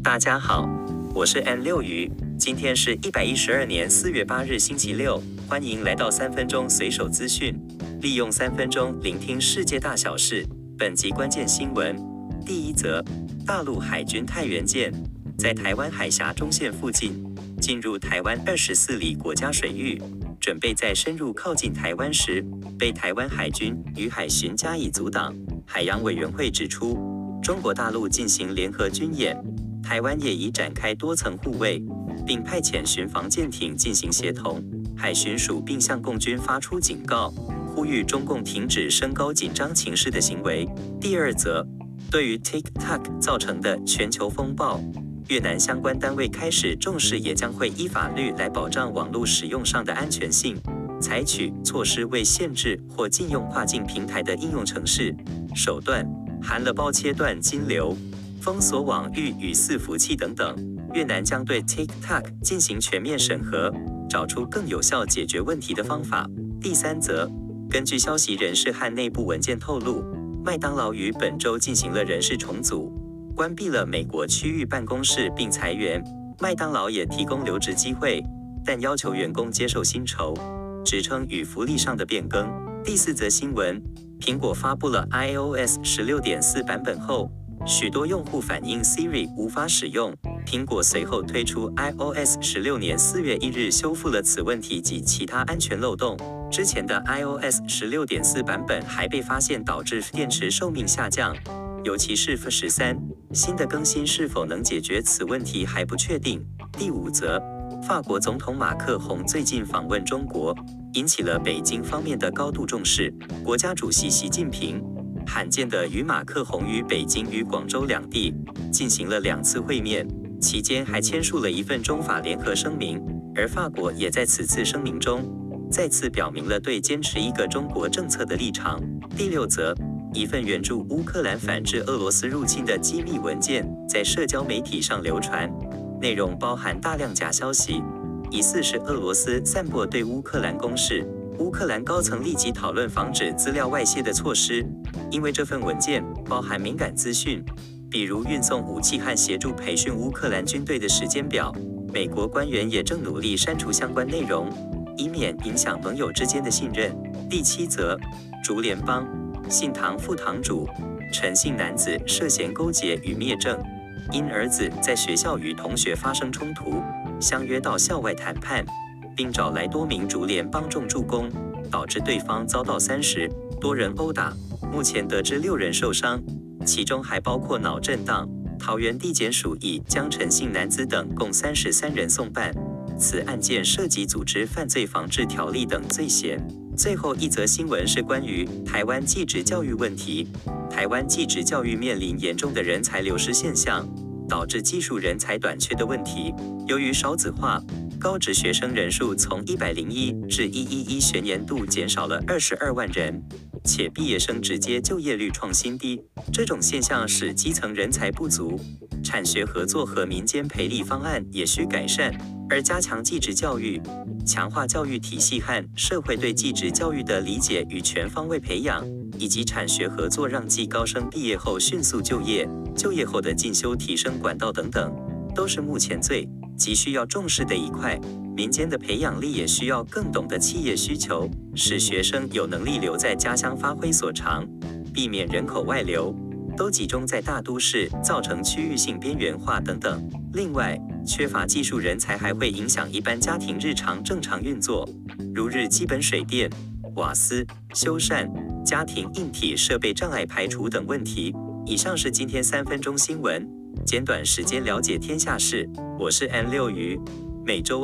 大家好，我是 N 六鱼，今天是112年4月8日星期六，欢迎来到3分钟随手资讯，利用3分钟聆听世界大小事。本集关键新闻，第一则，大陆海军太原舰在台湾海峡中线附近进入台湾24里国家水域，准备在深入靠近台湾时，被台湾海军与海巡加以阻挡。海洋委员会指出，中国大陆进行联合军演，台湾也已展开多层护卫，并派遣巡防舰艇进行协同。海巡署并向共军发出警告，呼吁中共停止升高紧张情势的行为。第二则，对于 TikTok 造成的全球风暴，越南相关单位开始重视，也将会依法律来保障网络使用上的安全性，采取措施为限制或禁用跨境平台的应用程式手段，含了包切断金流、封锁网域与伺服器等等。越南将对 TikTok 进行全面审核，找出更有效解决问题的方法。第三则，根据消息人士和内部文件透露，麦当劳于本周进行了人事重组，关闭了美国区域办公室并裁员。麦当劳也提供留职机会，但要求员工接受薪酬、职称与福利上的变更。第四则新闻，苹果发布了 iOS 16.4 版本后，许多用户反映 Siri 无法使用。苹果随后推出 iOS 16年4月1日修复了此问题及其他安全漏洞。之前的 iOS 16.4 版本还被发现导致电池寿命下降，尤其是 F13， 新的更新是否能解决此问题还不确定。第五则，法国总统马克宏最近访问中国，引起了北京方面的高度重视。国家主席习近平罕见地与马克宏于北京与广州两地进行了2次会面，期间还签署了一份中法联合声明，而法国也在此次声明中再次表明了对坚持一个中国政策的立场。第六则，一份援助乌克兰反制俄罗斯入侵的机密文件在社交媒体上流传，内容包含大量假消息，疑似是俄罗斯散播对乌克兰攻势。乌克兰高层立即讨论防止资料外泄的措施，因为这份文件包含敏感资讯，比如运送武器和协助培训乌克兰军队的时间表。美国官员也正努力删除相关内容，以免影响盟友之间的信任。第七则，竹联帮信堂副堂主陈姓男子涉嫌勾结与灭证，因儿子在学校与同学发生冲突，相约到校外谈判，并找来多名竹联帮众助攻，导致对方遭到30多人殴打。目前得知6人受伤，其中还包括脑震荡。桃园地检署已将陈姓男子等共33人送办。此案件涉及组织犯罪防治条例等罪嫌。最后一则新闻是关于台湾技职教育问题。台湾技职教育面临严重的人才流失现象，导致技术人才短缺的问题。由于少子化，高职学生人数从101至111学年度减少了22万人，且毕业生直接就业率创新低。这种现象使基层人才不足，产学合作和民间培力方案也需改善。而加强技职教育，强化教育体系和社会对技职教育的理解与全方位培养，以及产学合作，让技高生毕业后迅速就业，就业后的进修提升管道等等，都是目前最急需要重视的一块。民间的培养力也需要更懂得企业需求，使学生有能力留在家乡发挥所长，避免人口外流，都集中在大都市，造成区域性边缘化等等。另外，缺乏技术人才还会影响一般家庭日常正常运作，如日基本水电、瓦斯、修缮、家庭硬体设备障碍排除等问题。以上是今天3分钟新闻，简短时间了解天下事。我是 N 六鱼，每周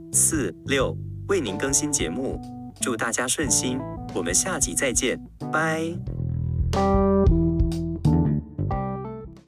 2、4、6为您更新节目，祝大家顺心，我们下集再见，拜。